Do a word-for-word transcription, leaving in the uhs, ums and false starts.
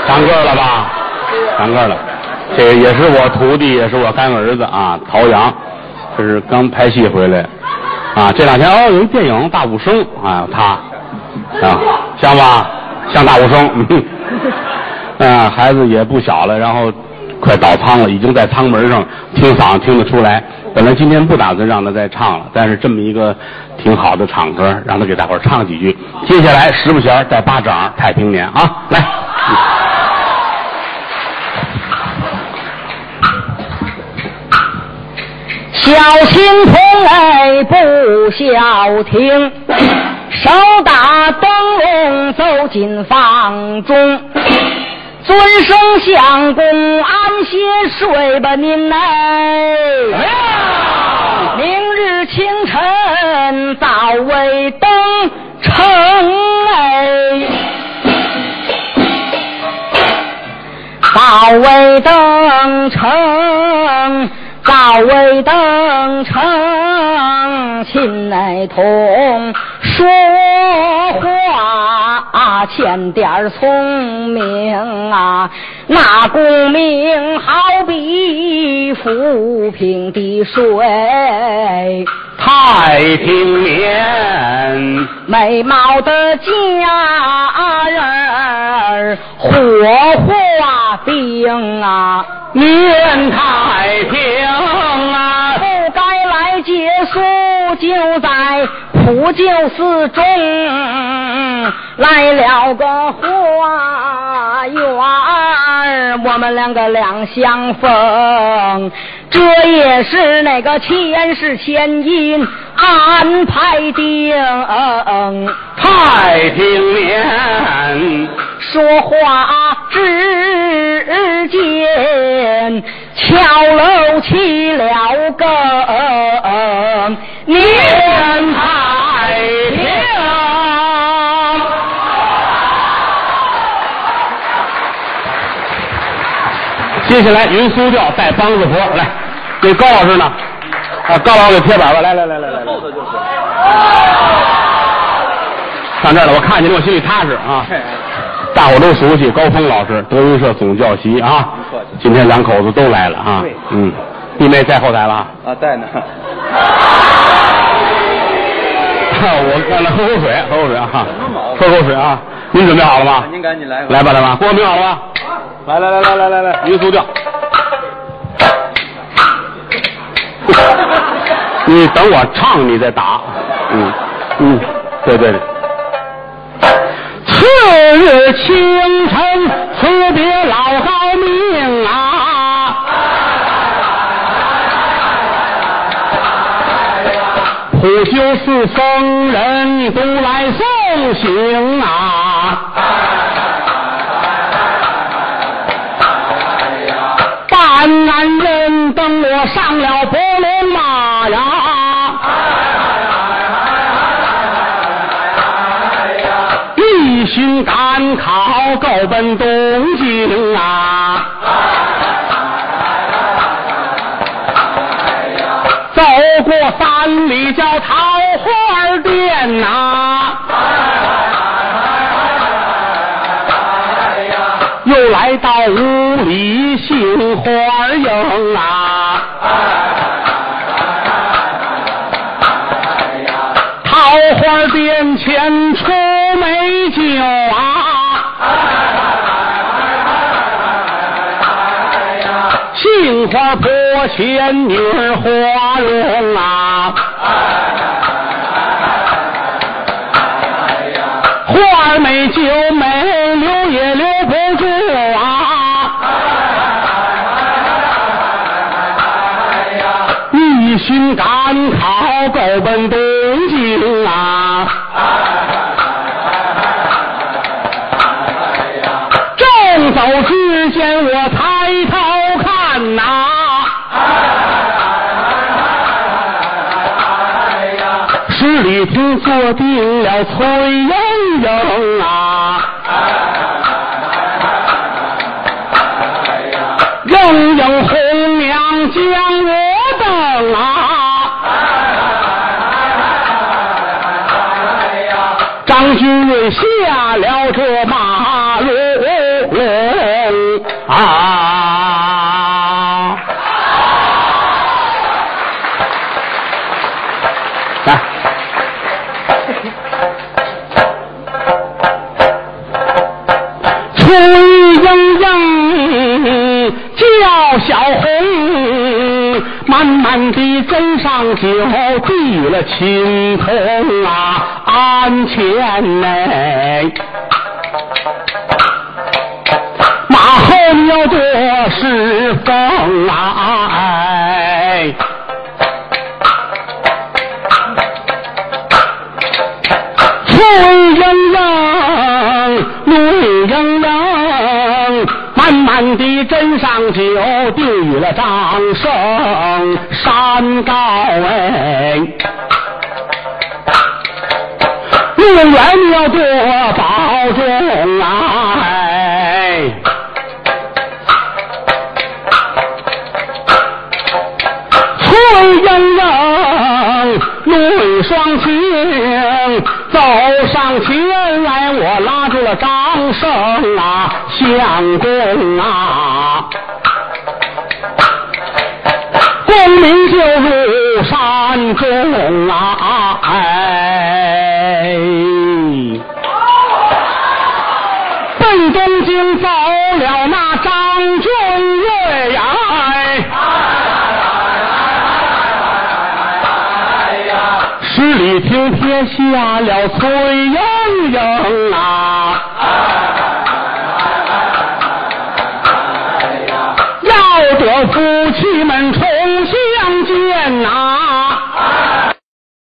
长个了吧？长个了。这个也是我徒弟，也是我干儿子啊，陶阳，这是刚拍戏回来啊。这两天哦，有一电影《大武生》啊，他啊，像吧？像大武生。嗯、啊，孩子也不小了，然后快倒仓了，已经在舱门上听嗓子听得出来。本来今天不打算让他再唱了，但是这么一个挺好的场合，让他给大伙儿唱几句。接下来十不弦带巴掌《太平年》啊，来。嗯小青童哎不消停，手打灯笼走进房中，尊声相公安歇睡吧您哎，明日清晨早为登城哎，早为登城早为登城，亲爱同说话欠点聪明啊，那功名好比浮萍的水， 太平年， 美貌的佳人儿火化冰啊， 年太平啊， 不该来借宿，就在普救寺中来了个花园，我们两个两相逢，这也是那个前世前因安排定。 太平年， 说话之间敲楼起了个年太平。 接下来云苏调带梆子婆，来，那高老师呢？啊，高老师给贴板吧，来来来来来，后头就是。上这儿了，我看见了，我心里踏实啊。大伙都熟悉高峰老师，德云社总教习啊。今天两口子都来了啊。嗯，弟妹在后台了啊。 啊，在呢。 我看了，喝口水，喝口水啊。喝口水啊。您准备好了吗？ 您赶紧来。 来吧，来吧，郭明好了吧？来来来来来来来，云苏调。你等我唱，你再打。嗯嗯，对对对。次日清晨，辞别老高明啊，普救寺僧人都来送行啊，办案人等我上了伯龙马呀，一心赶考够奔东京啊，走过三里叫桃花店啊，又来到五里杏花营啊，桃花店前出美酒啊，杏花坡前女儿花容啊，花美酒美留也留不住啊，一心赶考够奔东京啊，正走之间我抬头看呐、十里亭坐定了崔莺莺啊，莺莺红娘将我等啊，张君瑞下了这马路啊！来，崔莺莺叫小红，慢慢地斟上酒，递了青铜啊鞍前内。马后牛多是风啊哎，翠莺莺绿莺莺，慢慢地斟上酒，递与了掌声山高哎，永远要多保重啊哎，翠莺莺泪双情，走上前来，我拉住了掌声啊，相公啊，功名就入山中啊哎，奔东京走了那张君瑞呀十里亭撇下了崔莺莺啊